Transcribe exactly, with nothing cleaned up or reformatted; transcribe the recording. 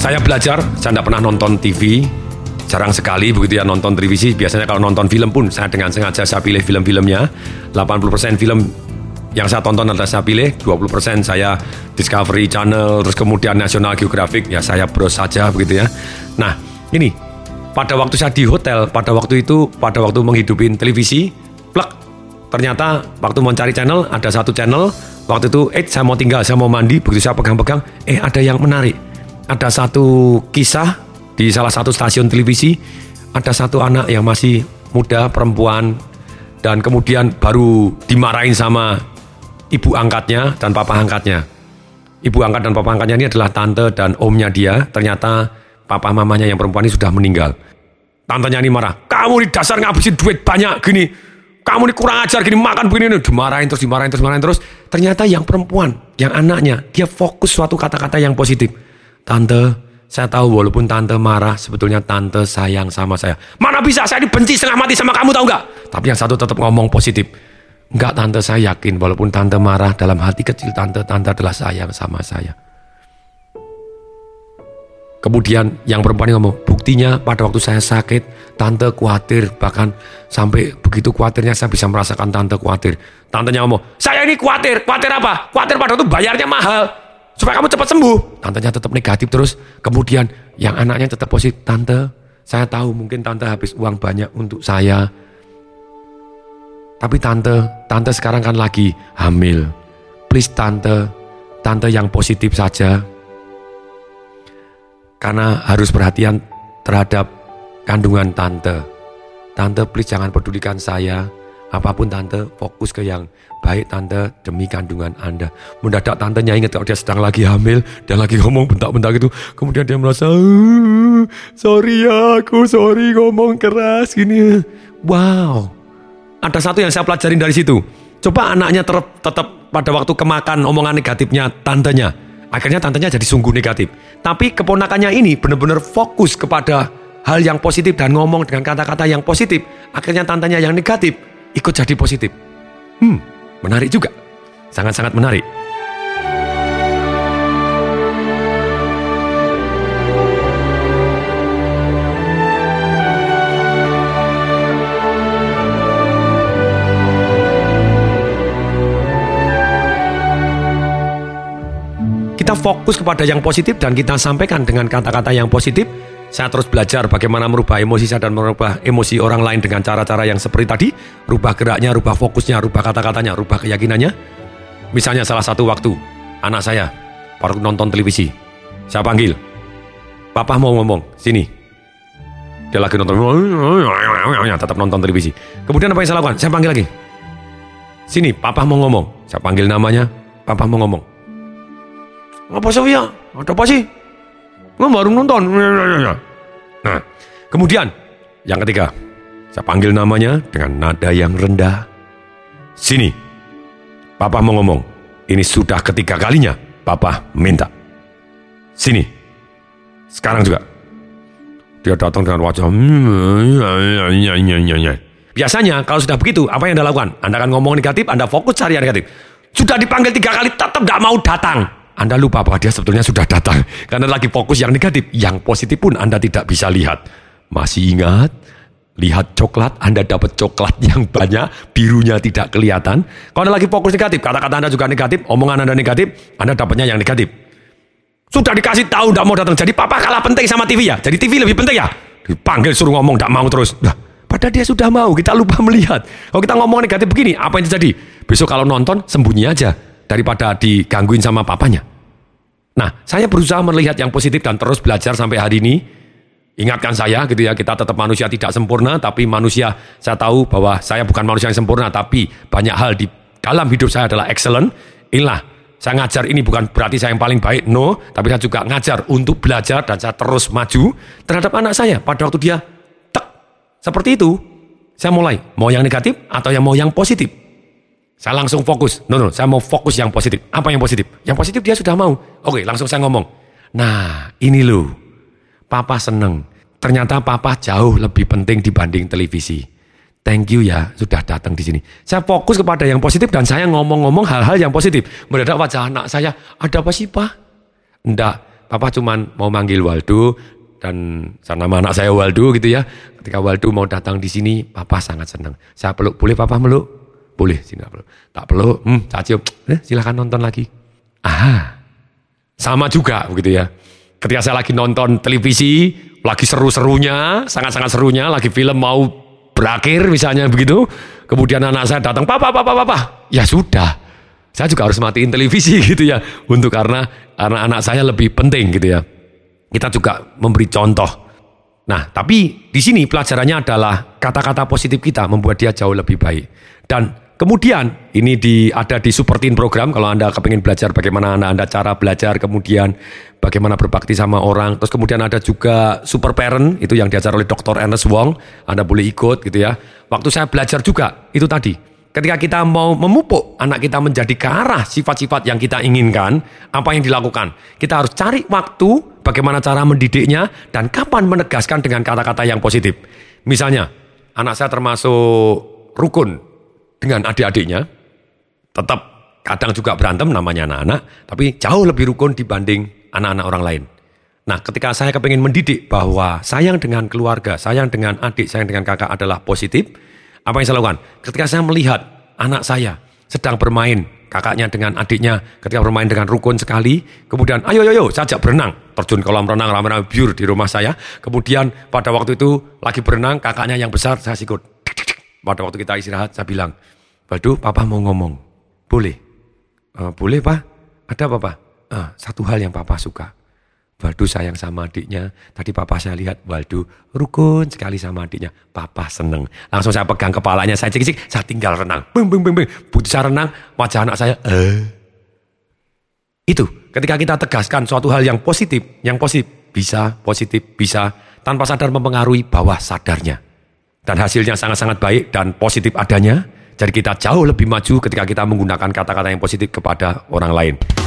Saya belajar, saya tidak pernah nonton T V, jarang sekali begitu ya nonton televisi. Biasanya kalau nonton film pun saya dengan sengaja saya pilih film-filmnya. delapan puluh persen film yang saya tonton adalah saya pilih, dua puluh persen saya Discovery Channel, terus kemudian National Geographic, ya saya browse saja begitu ya. Nah ini, pada waktu saya di hotel, pada waktu itu, pada waktu menghidupin televisi, plek, ternyata waktu mau cari channel, ada satu channel, waktu itu, eh saya mau tinggal, saya mau mandi, begitu saya pegang-pegang, eh ada yang menarik. Ada satu kisah di salah satu stasiun televisi, ada satu anak yang masih muda, perempuan, dan kemudian baru dimarahin sama ibu angkatnya dan papa angkatnya. Ibu angkat dan papa angkatnya ini adalah tante dan omnya dia. Ternyata papa mamanya yang perempuan ini sudah meninggal. Tantenya ini marah, kamu di dasar ngabisin duit banyak gini, kamu ini kurang ajar gini, makan begini, dimarahin terus, dimarahin terus, dimarahin terus. Ternyata yang perempuan, yang anaknya, dia fokus suatu kata-kata yang positif. Tante, saya tahu walaupun tante marah, sebetulnya tante sayang sama saya. Mana bisa, saya dibenci setengah mati sama kamu, tahu nggak? Tapi yang satu tetap ngomong positif. Enggak tante, saya yakin walaupun tante marah, dalam hati kecil tante, tante adalah sayang sama saya. Kemudian yang perempuan ini ngomong, buktinya pada waktu saya sakit, tante khawatir, bahkan sampai begitu khawatirnya saya bisa merasakan tante khawatir. Tantenya ngomong, saya ini khawatir, khawatir apa? Khawatir pada waktu bayarnya mahal, supaya kamu cepat sembuh. Tantenya tetap negatif terus. Kemudian yang anaknya tetap positif, tante, saya tahu mungkin tante habis uang banyak untuk saya. Tapi tante, tante sekarang kan lagi hamil. Please tante, tante yang positif saja. Karena harus perhatian terhadap kandungan tante. Tante please jangan pedulikan saya. Apapun tante, fokus ke yang baik tante demi kandungan Anda. Mendadak tantenya ingat kalau dia sedang lagi hamil dan lagi ngomong bentak-bentak gitu. Kemudian dia merasa, sorry ya aku, sorry ngomong keras gini. Wow, ada satu yang saya pelajarin dari situ. Coba anaknya ter- tetap pada waktu kemakan omongan negatifnya tantenya. Akhirnya tantenya jadi sungguh negatif. Tapi keponakannya ini benar-benar fokus kepada hal yang positif dan ngomong dengan kata-kata yang positif. Akhirnya tantenya yang negatif ikut jadi positif. Hmm, menarik juga. Sangat-sangat menarik. Kita fokus kepada yang positif dan kita sampaikan dengan kata-kata yang positif. Saya terus belajar bagaimana merubah emosi saya dan merubah emosi orang lain dengan cara-cara yang seperti tadi. Rubah geraknya, rubah fokusnya, rubah kata-katanya, rubah keyakinannya. Misalnya salah satu waktu, anak saya baru nonton televisi. Saya panggil, papa mau ngomong, sini. Dia lagi nonton, tetap nonton televisi. Kemudian apa yang saya lakukan? Saya panggil lagi. Sini, papa mau ngomong. Saya panggil namanya, papa mau ngomong. Apa Sofia? Ada apa sih? Lo baru nonton. Nah, kemudian yang ketiga, saya panggil namanya dengan nada yang rendah. Sini, papa mau ngomong. Ini sudah ketiga kalinya papa minta. Sini, sekarang juga. Dia datang dengan wajah. Biasanya kalau sudah begitu, apa yang Anda lakukan? Anda akan ngomong negatif, Anda fokus cari yang negatif. Sudah dipanggil tiga kali, tetap tidak mau datang. Anda lupa bahwa dia sebetulnya sudah datang. Karena lagi fokus yang negatif. Yang positif pun Anda tidak bisa lihat. Masih ingat? Lihat coklat, Anda dapat coklat yang banyak, birunya tidak kelihatan. Kalau Anda lagi fokus negatif, kata-kata Anda juga negatif, omongan Anda negatif, Anda dapatnya yang negatif. Sudah dikasih tahu tidak mau datang. Jadi papa kalah penting sama T V ya? Jadi T V lebih penting ya? Dipanggil suruh ngomong, tidak mau terus. Nah, padahal dia sudah mau, kita lupa melihat. Kalau kita ngomong negatif begini, apa yang terjadi? Besok kalau nonton, sembunyi aja. Daripada digangguin sama papanya. Nah, saya berusaha melihat yang positif dan terus belajar sampai hari ini. Ingatkan saya gitu ya, kita tetap manusia tidak sempurna, tapi manusia, saya tahu bahwa saya bukan manusia yang sempurna, tapi banyak hal di dalam hidup saya adalah excellent. Inilah, saya ngajar ini bukan berarti saya yang paling baik, no, tapi saya juga ngajar untuk belajar dan saya terus maju terhadap anak saya. Pada waktu dia, tek, seperti itu, saya mulai, mau yang negatif atau yang mau yang positif. Saya langsung fokus. No, no, saya mau fokus yang positif. Apa yang positif? Yang positif dia sudah mau. Oke, langsung saya ngomong. Nah, ini loh. Papa seneng. Ternyata papa jauh lebih penting dibanding televisi. Thank you ya, sudah datang di sini. Saya fokus kepada yang positif dan saya ngomong-ngomong hal-hal yang positif. Mendadak wajah anak saya, ada apa sih, Pak? Enggak, Papa cuman mau manggil Waldo dan nama anak saya Waldo gitu ya. Ketika Waldo mau datang di sini, Papa sangat senang. Saya peluk, boleh Papa meluk? Boleh, sini peluk. Tak peluk, hmm, tak cium. Eh, silakan nonton lagi. Ah, sama juga begitu ya. Ketika saya lagi nonton televisi, lagi seru-serunya, sangat-sangat serunya, lagi film mau berakhir misalnya begitu. Kemudian anak saya datang, Papa, Papa, Papa. Ya sudah, saya juga harus matiin televisi gitu ya. Untuk karena anak-anak saya lebih penting gitu ya. Kita juga memberi contoh. Nah, tapi di sini pelajarannya adalah kata-kata positif kita membuat dia jauh lebih baik. Dan kemudian ini di, ada di Super Teen program. Kalau Anda kepingin belajar bagaimana Anda, anda cara belajar, kemudian bagaimana berbakti sama orang. Terus kemudian ada juga Super Parent, itu yang diajar oleh doktor Ernest Wong. Anda boleh ikut gitu ya. Waktu saya belajar juga, itu tadi. Ketika kita mau memupuk anak kita menjadi ke arah sifat-sifat yang kita inginkan, apa yang dilakukan? Kita harus cari waktu, bagaimana cara mendidiknya, dan kapan menegaskan dengan kata-kata yang positif. Misalnya, anak saya termasuk rukun dengan adik-adiknya, tetap kadang juga berantem namanya anak-anak, tapi jauh lebih rukun dibanding anak-anak orang lain. Nah, ketika saya kepingin mendidik bahwa sayang dengan keluarga, sayang dengan adik, sayang dengan kakak adalah positif, apa yang saya lakukan? Ketika saya melihat anak saya sedang bermain, kakaknya dengan adiknya, ketika bermain dengan rukun sekali, kemudian ayo, ayo, ayo, saya ajak berenang, terjun kolam renang, rame-rame biur di rumah saya, kemudian pada waktu itu lagi berenang, kakaknya yang besar, saya sikut. Pada waktu kita istirahat, saya bilang, Waldo, Papa mau ngomong. Boleh? Uh, boleh, Pak? Ada apa, Pak? Uh, satu hal yang Papa suka. Waldo sayang sama adiknya. Tadi Papa saya lihat Waldo rukun sekali sama adiknya. Papa seneng. Langsung saya pegang kepalanya, saya cik-cik, saya tinggal renang. Bing, bing, bing, bing. Begitu saya renang, wajah anak saya, eh. Itu, ketika kita tegaskan suatu hal yang positif, yang positif, bisa, positif, bisa, tanpa sadar mempengaruhi bawah sadarnya. Dan hasilnya sangat-sangat baik dan positif adanya. Jadi kita jauh lebih maju ketika kita menggunakan kata-kata yang positif kepada orang lain.